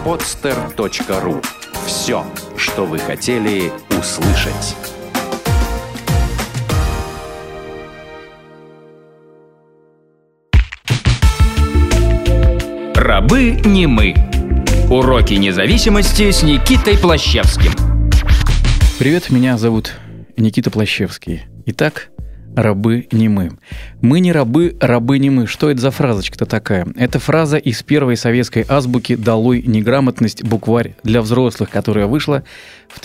podster.ru. Все, что вы хотели услышать. Рабы не мы. Уроки независимости с Никитой Плащевским. Привет, меня зовут Никита Плащевский. Итак, рабы не мы. Мы не рабы, рабы не мы. Что это за фразочка-то такая? Это фраза из первой советской азбуки «Долой неграмотность. Букварь для взрослых», которая вышла в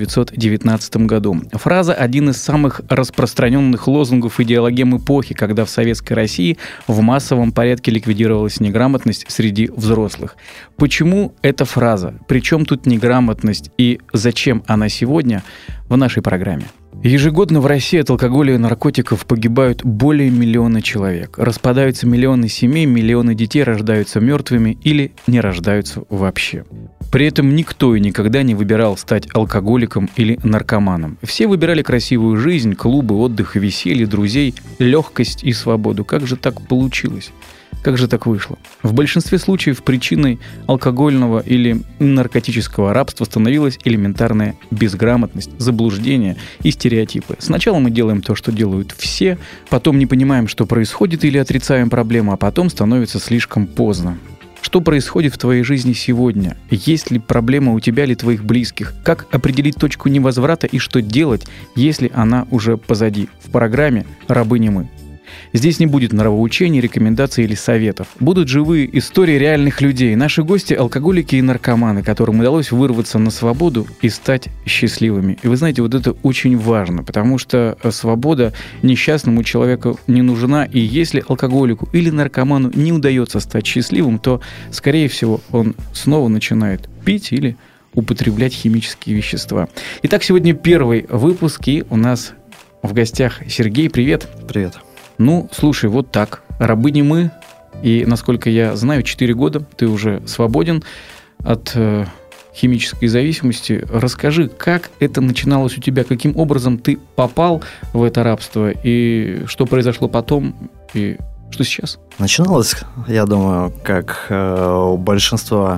1919 году. Фраза – один из самых распространенных лозунгов идеологем эпохи, когда в Советской России в массовом порядке ликвидировалась неграмотность среди взрослых. Почему эта фраза? Причем тут неграмотность и зачем она сегодня в нашей программе? Ежегодно в России от алкоголя и наркотиков погибают более миллиона человек. Распадаются миллионы семей, миллионы детей рождаются мертвыми или не рождаются вообще. При этом никто и никогда не выбирал стать алкоголиком или наркоманом. Все выбирали красивую жизнь, клубы, отдых и веселье, друзей, легкость и свободу. Как же так получилось? Как же так вышло? В большинстве случаев причиной алкогольного или наркотического рабства становилась элементарная безграмотность, заблуждение и стереотипы. Сначала мы делаем то, что делают все, потом не понимаем, что происходит, или отрицаем проблему, а потом становится слишком поздно. Что происходит в твоей жизни сегодня? Есть ли проблема у тебя или твоих близких? Как определить точку невозврата и что делать, если она уже позади? В программе «Рабы не мы». Здесь не будет нравоучений, рекомендаций или советов. Будут живые истории реальных людей. Наши гости – алкоголики и наркоманы, которым удалось вырваться на свободу и стать счастливыми. И вы знаете, вот это очень важно, потому что свобода несчастному человеку не нужна. И если алкоголику или наркоману не удается стать счастливым, то, скорее всего, он снова начинает пить или употреблять химические вещества. Итак, сегодня первый выпуск, и у нас в гостях Сергей. Привет. Привет. Ну, слушай, вот так. Рабы не мы. И, насколько я знаю, 4 года ты уже свободен от химической зависимости. Расскажи, как это начиналось у тебя? Каким образом ты попал в это рабство? И что произошло потом? И что сейчас? Начиналось, я думаю, как у большинства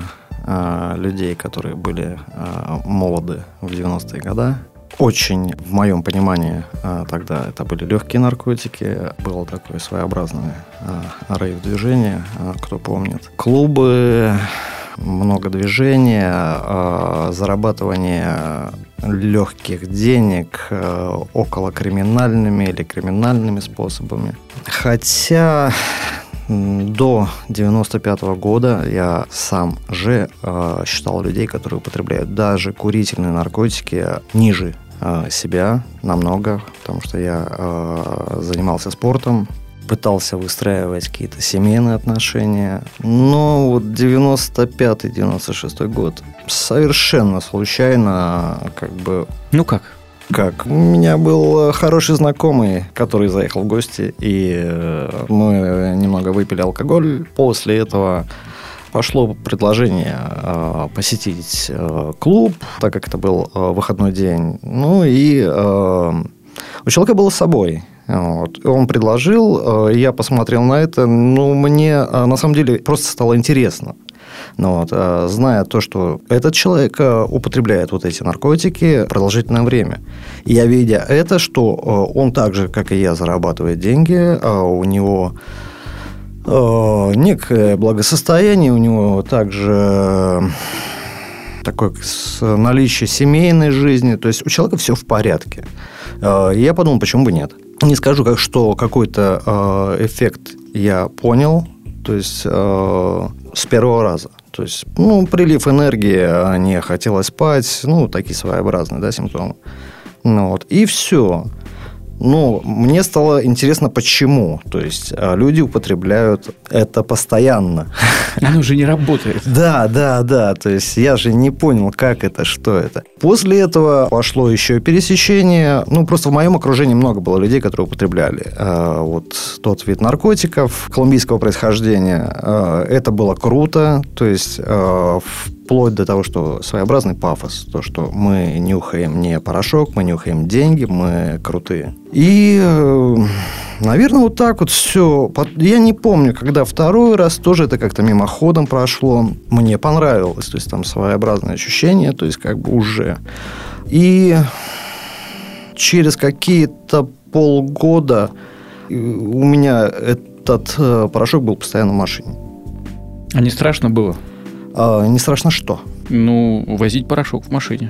людей, которые были молоды в 90-е годы. Очень, в моем понимании, тогда это были легкие наркотики. Было такое своеобразное рейв-движение, кто помнит. Клубы, много движения, зарабатывание легких денег около криминальными или криминальными способами. Хотя до 95-го года я сам же считал людей, которые употребляют даже курительные наркотики, ниже себя намного, потому что я занимался спортом, пытался выстраивать какие-то семейные отношения. Но вот 95-96 год совершенно случайно Ну как? У меня был хороший знакомый, который заехал в гости, и мы немного выпили алкоголь. После этого пошло предложение посетить клуб, так как это был выходной день. Ну и у человека было с собой. Вот. Он предложил, я посмотрел на это. Мне на самом деле просто стало интересно. Зная то, что этот человек употребляет вот эти наркотики продолжительное время. И я, видя это, что он так же, как и я, зарабатывает деньги, у него некое благосостояние, у него также такое наличие семейной жизни, то есть у человека все в порядке. Я подумал, почему бы нет. Не скажу, что какой-то эффект я понял, то есть с первого раза. То есть, прилив энергии, не хотелось спать, такие своеобразные, симптомы. И все. Мне стало интересно, почему. То есть, люди употребляют это постоянно. Оно же не работает. Да. То есть, я же не понял, как это, что это. После этого пошло еще пересечение. Просто в моем окружении много было людей, которые употребляли тот вид наркотиков колумбийского происхождения. Это было круто. То есть, вплоть до того, что своеобразный пафос. То, что мы нюхаем не порошок, мы нюхаем деньги, мы крутые. И Наверное, вот так вот все. Я не помню, когда второй раз, тоже это как-то мимоходом прошло. Мне понравилось, то есть там своеобразное ощущение, то есть как бы уже. И через какие-то полгода у меня этот порошок был постоянно в машине. А не страшно было? Не страшно что? Возить порошок в машине.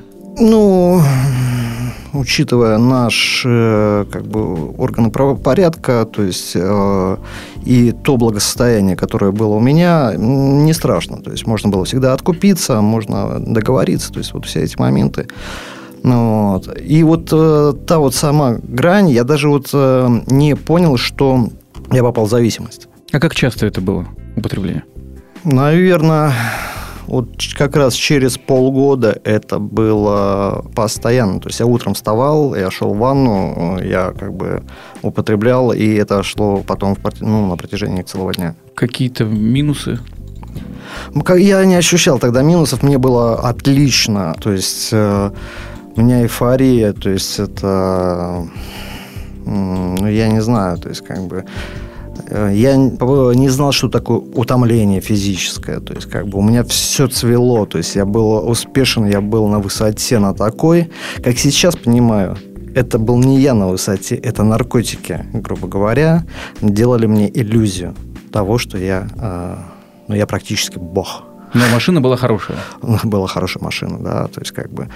Учитывая наши органы правопорядка, то есть и то благосостояние, которое было у меня, не страшно. То есть можно было всегда откупиться, можно договориться, то есть вот все эти моменты. И вот та вот сама грань, я даже вот не понял, что я попал в зависимость. А как часто это было, употребление? Наверное, вот как раз через полгода это было постоянно. То есть я утром вставал, я шел в ванну, я употреблял, и это шло потом на протяжении целого дня. Какие-то минусы? Я не ощущал тогда минусов, мне было отлично. То есть у меня эйфория, то есть это... я не знаю, то есть я не знал, что такое утомление физическое. То есть у меня все цвело. То есть я был успешен, я был на высоте на такой. Как сейчас понимаю, это был не я на высоте, это наркотики, грубо говоря, делали мне иллюзию того, что я практически бог. Но машина была хорошая. Была хорошая машина, да. То есть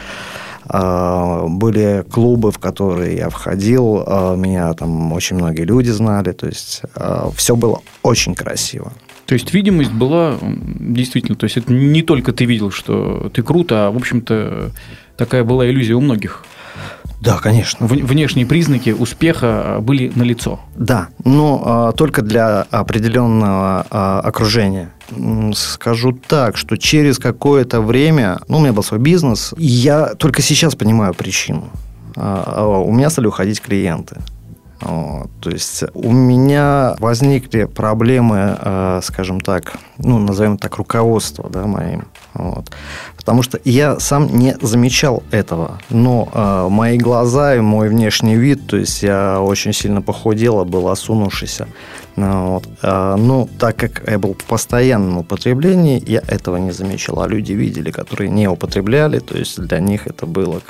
были клубы, в которые я входил, меня там очень многие люди знали, то есть все было очень красиво. То есть видимость была действительно, то есть это не только ты видел, что ты крут, а в общем-то такая была иллюзия у многих. Да, конечно. Внешние признаки успеха были налицо. Да, но только для определенного окружения. Скажу так, что через какое-то время, у меня был свой бизнес, и я только сейчас понимаю причину. У меня стали уходить клиенты. То есть у меня возникли проблемы, скажем так, назовем так, руководства, да, моим. Потому что я сам не замечал этого. Но мои глаза и мой внешний вид, то есть я очень сильно похудел, был осунувшийся. Но так как я был в постоянном употреблении, я этого не замечал. А люди видели, которые не употребляли, то есть для них это было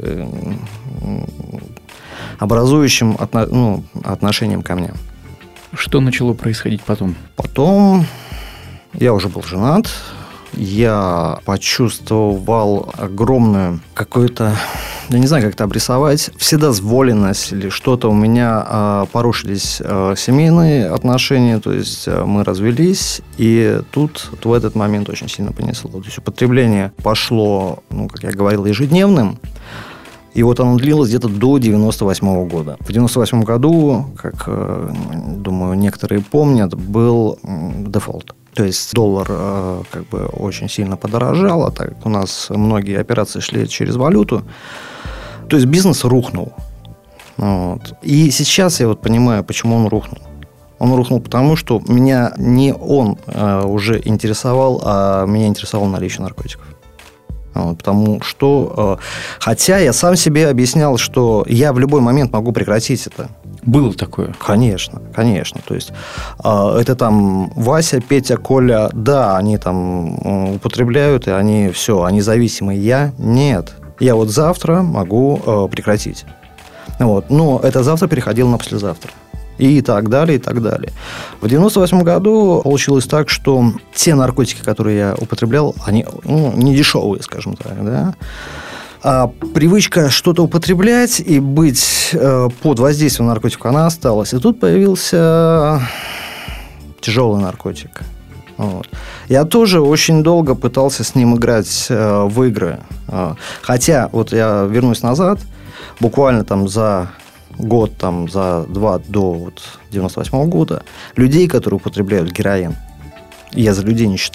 образующим отношением ко мне. Что начало происходить потом? Потом я уже был женат. Я почувствовал огромную какую-то, я не знаю, как это обрисовать, вседозволенность или что-то. У меня порушились семейные отношения, то есть мы развелись, и тут в этот момент очень сильно понесло. То есть употребление пошло, как я говорил, ежедневным. И вот оно длилось где-то до 98 года. В 98 году, как, думаю, некоторые помнят, был дефолт. То есть доллар очень сильно подорожал, а так как у нас многие операции шли через валюту, то есть бизнес рухнул. И сейчас я понимаю, почему он рухнул. Он рухнул потому, что меня не он уже интересовал, а меня интересовало наличие наркотиков. Потому что, хотя я сам себе объяснял, что я в любой момент могу прекратить это. Было такое? Конечно. То есть, это там Вася, Петя, Коля, да, они там употребляют, и они все, они зависимы. Я нет. Я завтра могу прекратить. Но это завтра переходило на послезавтра. И так далее, и так далее. В 98 году получилось так, что те наркотики, которые я употреблял, они не дешевые, скажем так, да. А привычка что-то употреблять и быть под воздействием наркотика, она осталась. И тут появился тяжелый наркотик. Я тоже очень долго пытался с ним играть в игры. Хотя, я вернусь назад, буквально там за год, за 2 до 98 года, людей, которые употребляют героин, я за людей не считал.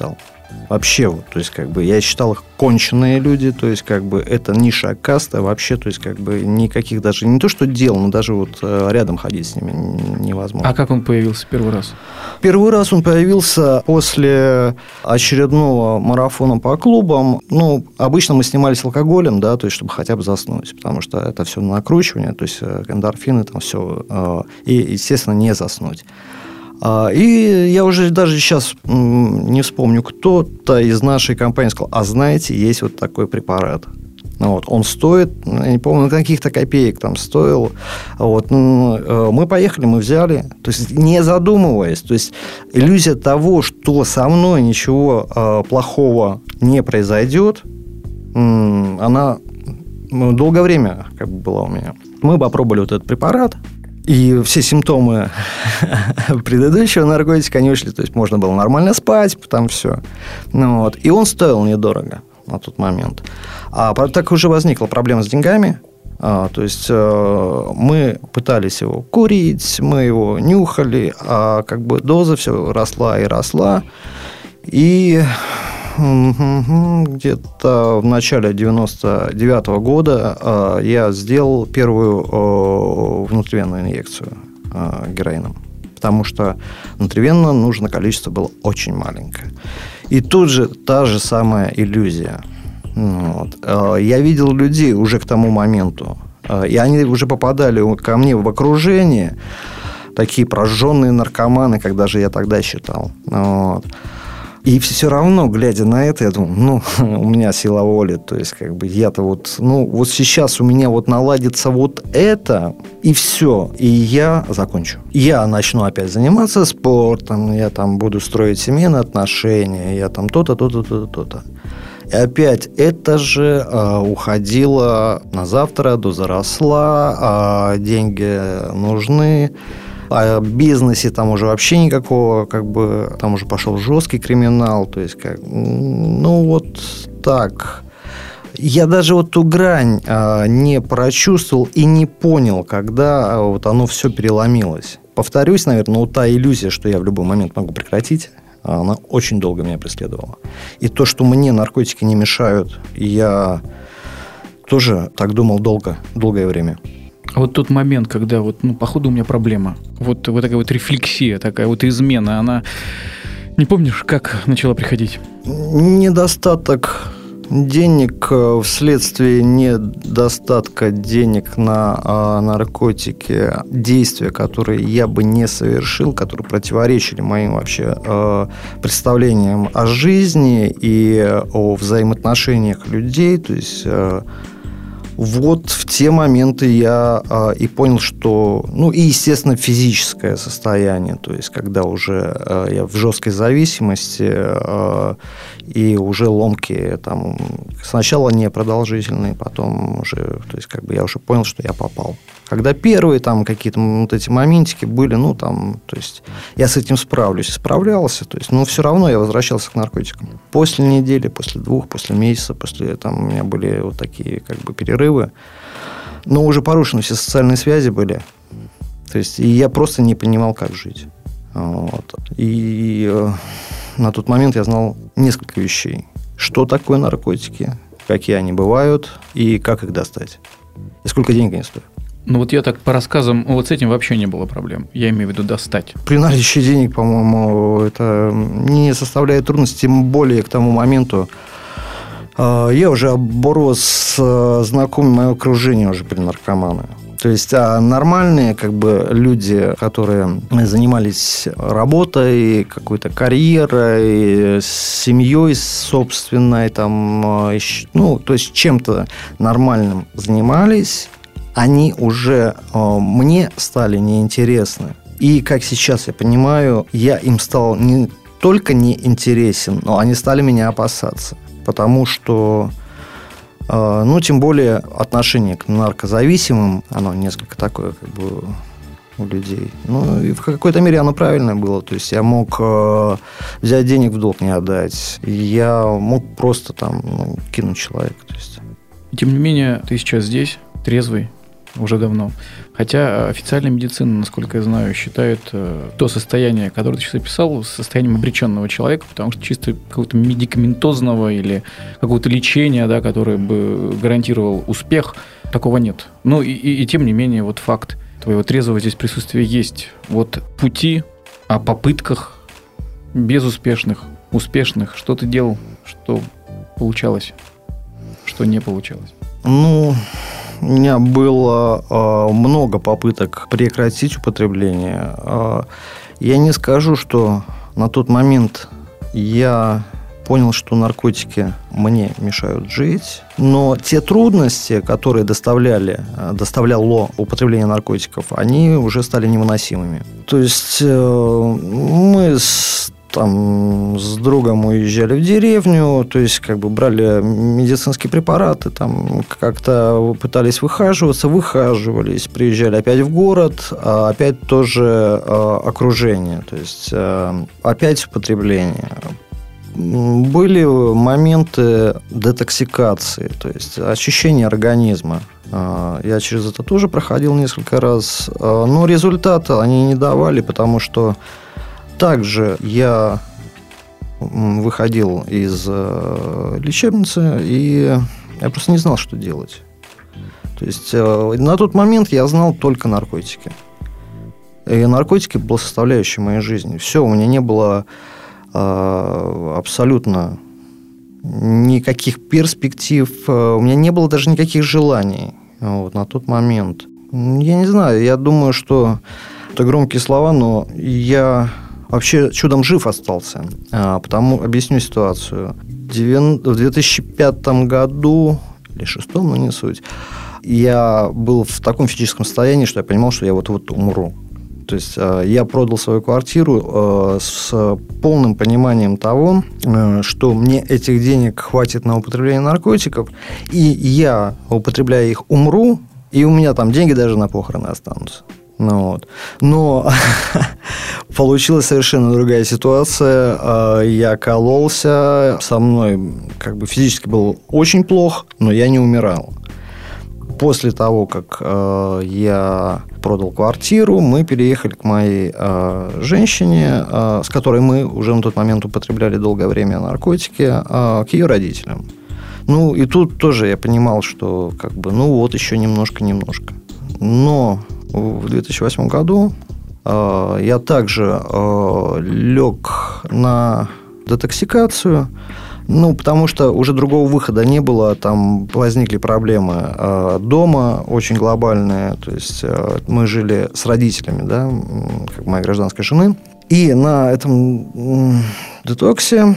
Вообще, вот, то есть, как бы, я считал их конченые люди, то есть, как бы, это низшая каста, вообще, то есть, как бы, никаких даже, не то, что дел, но даже вот рядом ходить с ними невозможно. А как он появился первый раз? Первый раз он появился после очередного марафона по клубам. Ну, обычно мы снимались алкоголем, да, то есть, чтобы хотя бы заснуть, потому что это все накручивание, то есть, эндорфины, там все, и, естественно, не заснуть. И я уже даже сейчас не вспомню, кто-то из нашей компании сказал, а знаете, есть вот такой препарат. Вот, он стоит, я не помню, каких-то копеек там стоил. Вот, мы поехали, мы взяли, то есть не задумываясь. То есть иллюзия того, что со мной ничего плохого не произойдет, она долгое время как бы была у меня. Мы попробовали вот этот препарат, и все симптомы предыдущего наркотика, они ушли. То есть можно было нормально спать, там все. Ну, вот. И он стоил недорого на тот момент. А так уже возникла проблема с деньгами. То есть мы пытались его курить, мы его нюхали, а как бы доза все росла и росла. И где-то в начале 99 года я сделал первую внутривенную инъекцию героином. Потому что внутривенно нужное количество было очень маленькое. И тут же та же самая иллюзия. Вот. Я видел людей уже к тому моменту, и они уже попадали ко мне в окружение, такие прожженные наркоманы, как даже я тогда считал. Вот. И все равно, глядя на это, я думаю, у меня сила воли, то есть, как бы, я-то вот сейчас у меня вот наладится вот это, и все, и я закончу. Я начну опять заниматься спортом, я там буду строить семейные отношения, я там то-то, то-то, то-то, то-то. И опять это же уходило на завтра, доза росла, деньги нужны. О бизнесе там уже вообще никакого, как бы, там уже пошел жесткий криминал, то есть, как, вот так. Я даже вот ту грань не прочувствовал и не понял, когда вот оно все переломилось. Повторюсь, наверное, та иллюзия, что я в любой момент могу прекратить, она очень долго меня преследовала. И то, что мне наркотики не мешают, я тоже так думал долгое время. А вот тот момент, когда вот, походу у меня проблема, вот такая вот рефлексия, такая вот измена, она, не помнишь, как начала приходить? Недостаток денег вследствие недостатка денег на наркотики, действия, которые я бы не совершил, которые противоречили моим вообще представлениям о жизни и о взаимоотношениях людей, то есть... Вот в те моменты я и понял, что... и, естественно, физическое состояние. То есть, когда уже я в жесткой зависимости и уже ломки там сначала непродолжительные, потом уже... То есть, как бы я уже понял, что я попал. Когда первые там какие-то вот эти моментики были, то есть, я с этим справлялся, то есть, но все равно я возвращался к наркотикам. После недели, после 2, после месяца, после там у меня были вот такие как бы перерывы, но уже порушены все социальные связи были, то есть, и я просто не понимал, как жить. Вот. И на тот момент я знал несколько вещей. Что такое наркотики, какие они бывают и как их достать, и сколько денег они стоят. Вот я так по рассказам, вот с этим вообще не было проблем. Я имею в виду достать. При наличии денег, по-моему, это не составляет трудности, тем более к тому моменту я уже оброс знакомыми, мое окружение уже были наркоманы. То есть нормальные как бы люди, которые занимались работой, какой-то карьерой, семьей собственной, там, то есть чем-то нормальным занимались, они уже мне стали неинтересны. И, как сейчас я понимаю, я им стал не только неинтересен, но они стали меня опасаться. Потому что, тем более, отношение к наркозависимым, оно несколько такое, как бы, у людей. И в какой-то мере оно правильное было. То есть, я мог взять денег в долг не отдать. Я мог просто там кинуть человека. То есть. И, тем не менее, ты сейчас здесь, трезвый, уже давно. Хотя официальная медицина, насколько я знаю, считает то состояние, которое ты сейчас описал, состоянием обреченного человека, потому что чисто какого-то медикаментозного или какого-то лечения, да, которое бы гарантировал успех, такого нет. Ну и тем не менее, вот факт твоего трезвого здесь присутствия есть. Вот пути о попытках безуспешных, успешных, что ты делал, что получалось, что не получалось? Ну, у меня было много попыток прекратить употребление. Я не скажу, что на тот момент я понял, что наркотики мне мешают жить, но те трудности, которые доставляло употребление наркотиков, они уже стали невыносимыми. То есть мы с другом уезжали в деревню, то есть как бы брали медицинские препараты, там как-то пытались выхаживались, приезжали опять в город, а опять тоже окружение, то есть опять употребление. Были моменты детоксикации, то есть очищения организма. Я через это тоже проходил несколько раз, но результата они не давали, потому что также я выходил из лечебницы, и я просто не знал, что делать. То есть на тот момент я знал только наркотики. И наркотики были составляющей моей жизни. Все, у меня не было абсолютно никаких перспектив, у меня не было даже никаких желаний вот, на тот момент. Я не знаю, я думаю, что это громкие слова, но я вообще чудом жив остался. Потому объясню ситуацию. В 2005 году, или 2006, но не суть, я был в таком физическом состоянии, что я понимал, что я вот-вот умру. То есть я продал свою квартиру с полным пониманием того, что мне этих денег хватит на употребление наркотиков, и я, употребляя их, умру, и у меня там деньги даже на похороны останутся. Ну, вот. Но получилась совершенно другая ситуация. Я кололся, со мной как бы физически было очень плохо, но я не умирал. После того, как я продал квартиру, мы переехали к моей женщине, с которой мы уже на тот момент употребляли долгое время наркотики, к ее родителям. Ну, и тут тоже я понимал, что как бы, ну, вот еще немножко. Но в 2008 году я также лег на детоксикацию, ну, потому что уже другого выхода не было, там возникли проблемы дома очень глобальные, то есть мы жили с родителями, да, как моей гражданской жены, и на этом детоксе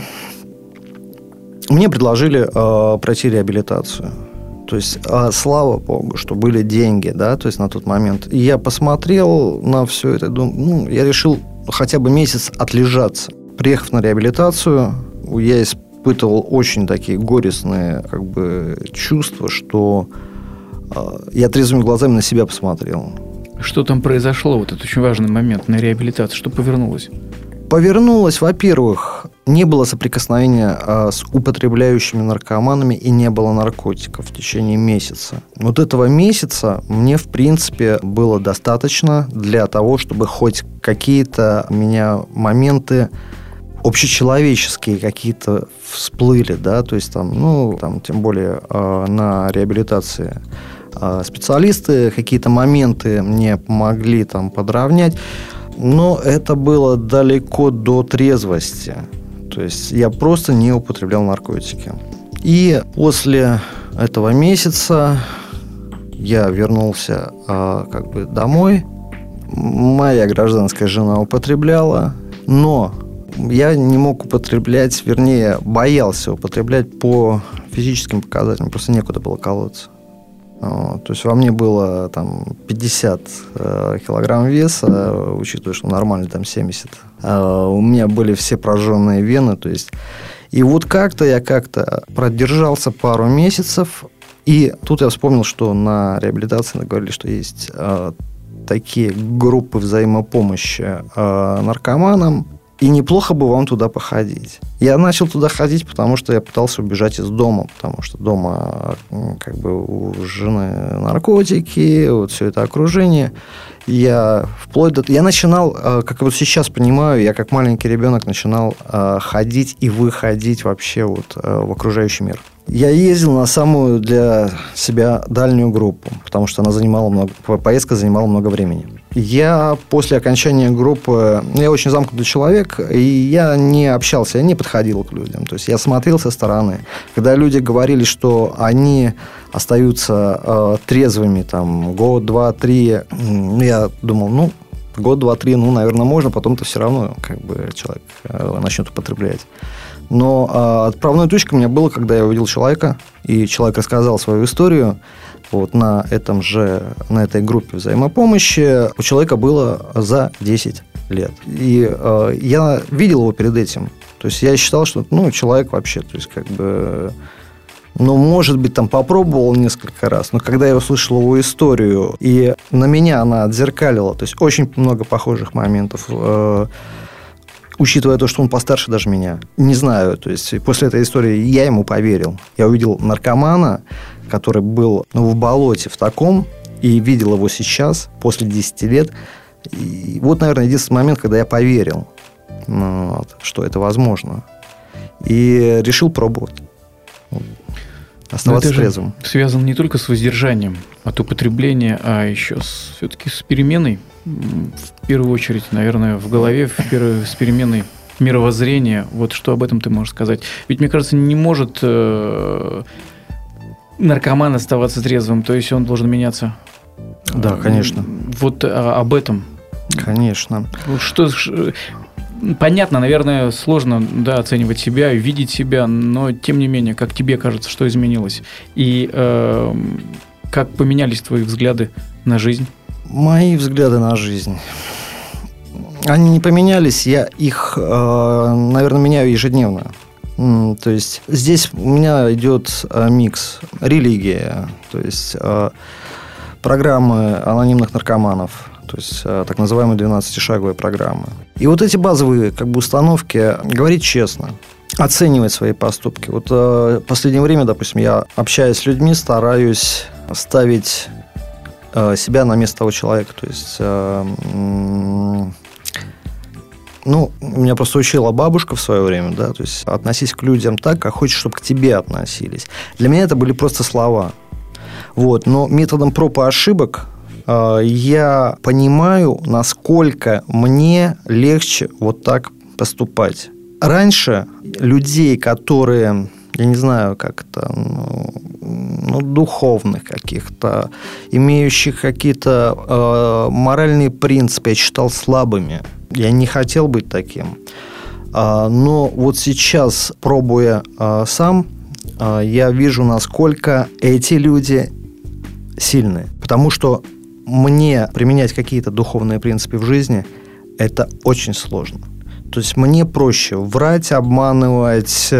мне предложили пройти реабилитацию. То есть, слава богу, что были деньги, да, то есть на тот момент. И я посмотрел на все это, думаю, я решил хотя бы месяц отлежаться. Приехав на реабилитацию, я испытывал очень такие горестные как бы чувства, что я трезвыми глазами на себя посмотрел. Что там произошло? Вот это очень важный момент на реабилитации. Что повернулось? Повернулось, во-первых, не было соприкосновения с употребляющими наркоманами и не было наркотиков в течение месяца. Вот этого месяца мне, в принципе, было достаточно для того, чтобы хоть какие-то у меня моменты общечеловеческие какие-то всплыли, да, то есть там, ну, там, тем более на реабилитации специалисты какие-то моменты мне помогли там подровнять. Но это было далеко до трезвости. То есть я просто не употреблял наркотики. И после этого месяца я вернулся как бы домой. Моя гражданская жена употребляла, но я не мог употреблять, вернее, боялся употреблять по физическим показателям. Просто некуда было колоться. То есть во мне было там 50 килограмм веса, учитывая, что нормально там 70. У меня были все прожженные вены. То есть. И вот как-то я продержался пару месяцев. И тут я вспомнил, что на реабилитации говорили, что есть такие группы взаимопомощи наркоманам. и неплохо бы вам туда походить. Я начал туда ходить, потому что я пытался убежать из дома, потому что дома как бы у жены наркотики, вот все это окружение. Я начинал, как вот сейчас понимаю, я как маленький ребенок начинал ходить и выходить вообще вот в окружающий мир. Я ездил на самую для себя дальнюю группу, потому что поездка занимала много времени. Я после окончания группы, я очень замкнутый человек, и я не общался, я не подходил к людям. То есть я смотрел со стороны. Когда люди говорили, что они остаются трезвыми там, год, два, три, я думал, год, два, три, наверное, можно, потом-то все равно как бы человек начнет употреблять. Но отправной точкой у меня было, когда я увидел человека, и человек рассказал свою историю. Вот на этой группе взаимопомощи у человека было за 10 лет. И я видел его перед этим. То есть я считал, что человек вообще, то есть как бы, может быть, там попробовал несколько раз, но когда я услышал его историю, и на меня она отзеркалила, то есть очень много похожих моментов, учитывая то, что он постарше даже меня. Не знаю, то есть после этой истории я ему поверил. Я увидел наркомана, который был в болоте в таком, и видел его сейчас, после 10 лет. И вот, наверное, единственный момент, когда я поверил, что это возможно. И решил пробовать. Оставаться трезвым. Связано не только с воздержанием от употребления, а еще все-таки с переменой. В первую очередь, наверное, в голове, с переменой мировоззрения. Вот что об этом ты можешь сказать? Ведь, мне кажется, не может наркоман оставаться трезвым, то есть он должен меняться. Да, конечно. Вот об этом. Конечно. Понятно, наверное, сложно оценивать себя, видеть себя, но тем не менее, как тебе кажется, что изменилось? И как поменялись твои взгляды на жизнь? Мои взгляды на жизнь. Они не поменялись, я их, наверное, меняю ежедневно. То есть здесь у меня идет микс. Религия, то есть программы анонимных наркоманов, то есть так называемые 12-шаговые программы. И вот эти базовые как бы установки, говорить честно, оценивать свои поступки. Вот в последнее время, допустим, я, общаясь с людьми, стараюсь ставить себя на место того человека. То есть, меня просто учила бабушка в свое время, да, то есть относись к людям так, как хочешь, чтобы к тебе относились. Для меня это были просто слова. Вот, но методом проб и ошибок я понимаю, насколько мне легче вот так поступать. Раньше людей, которые, я не знаю, как это, духовных каких-то, имеющих какие-то моральные принципы, я считал слабыми. Я не хотел быть таким. Но вот сейчас, пробуя сам, я вижу, насколько эти люди сильные. Потому что мне применять какие-то духовные принципы в жизни – это очень сложно. То есть мне проще врать, обманывать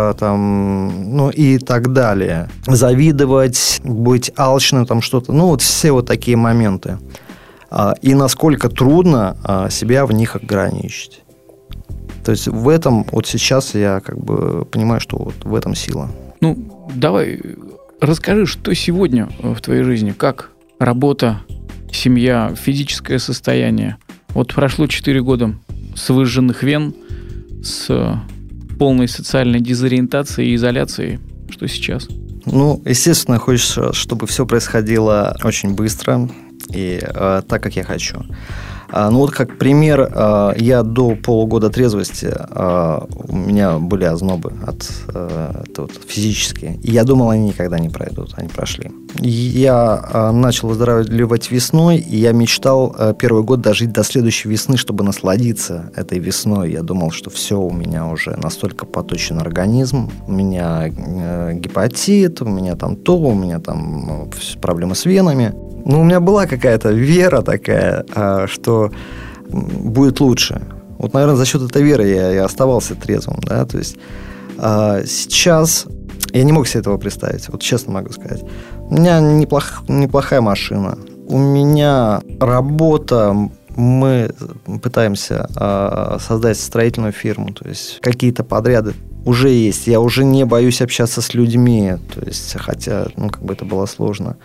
и так далее. Завидовать, быть алчным, что-то. Вот все вот такие моменты. И насколько трудно себя в них ограничить. То есть в этом вот сейчас я как бы понимаю, что вот в этом сила. Давай расскажи, что сегодня в твоей жизни, как работа, семья, физическое состояние. Вот прошло 4 года с выжженных вен, с полной социальной дезориентацией и изоляцией. Что сейчас? Естественно, хочется, чтобы все происходило очень быстро и так, как я хочу. Вот как пример, я до полугода трезвости, у меня были ознобы физические. И я думал, они никогда не пройдут, они прошли. Я начал выздоравливать весной, и я мечтал первый год дожить до следующей весны, чтобы насладиться этой весной. Я думал, что все, у меня уже настолько поточен организм, у меня гепатит, у меня там у меня там проблемы с венами. У меня была какая-то вера такая, что будет лучше. Вот, наверное, за счет этой веры я и оставался трезвым. Да? То есть сейчас я не мог себе этого представить. Вот честно могу сказать. У меня неплохая машина. У меня работа, мы пытаемся создать строительную фирму, то есть какие-то подряды уже есть. Я уже не боюсь общаться с людьми, то есть, хотя, это было сложно.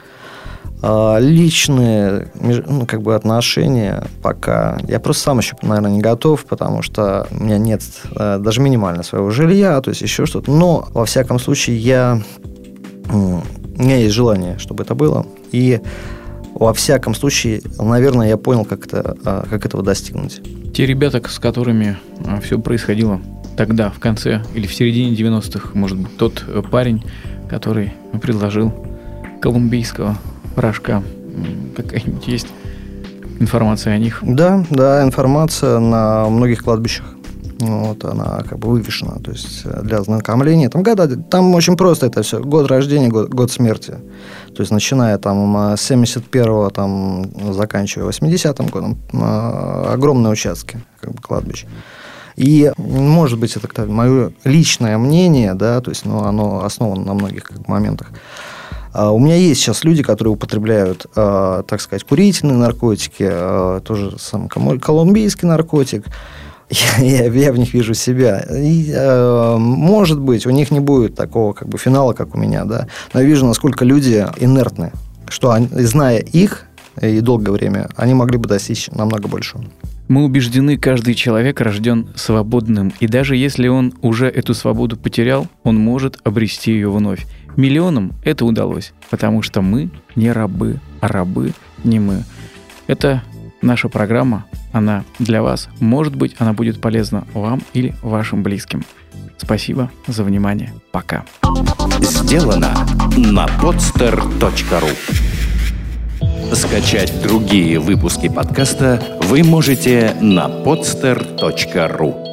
Личные, отношения пока... Я просто сам еще, наверное, не готов, потому что у меня нет даже минимально своего жилья, то есть еще что-то. Но, во всяком случае, у меня есть желание, чтобы это было. И, во всяком случае, наверное, я понял, как этого достигнуть. Те ребята, с которыми все происходило тогда, в конце или в середине 90-х, может быть, тот парень, который предложил колумбийского порошка. Какая-нибудь есть информация о них? Да, информация на многих кладбищах. Она вывешена, то есть для ознакомления. Там очень просто это все. Год рождения, год смерти. То есть начиная с 71-го, заканчивая 80-м годом, огромные участки кладбищ. И, может быть, это мое личное мнение, да, то есть, оно основано на многих моментах. У меня есть сейчас люди, которые употребляют, так сказать, курительные наркотики, тоже сам колумбийский наркотик. Я в них вижу себя. И, может быть, у них не будет такого финала, как у меня, да. Но я вижу, насколько люди инертны, что, зная их и долгое время, они могли бы достичь намного большего. Мы убеждены, каждый человек рожден свободным, и даже если он уже эту свободу потерял, он может обрести ее вновь. Миллионам это удалось, потому что мы не рабы, а рабы не мы. Это наша программа, она для вас. Может быть, она будет полезна вам или вашим близким. Спасибо за внимание. Пока. Сделано на podster.ru. Скачать другие выпуски подкаста вы можете на podster.ru.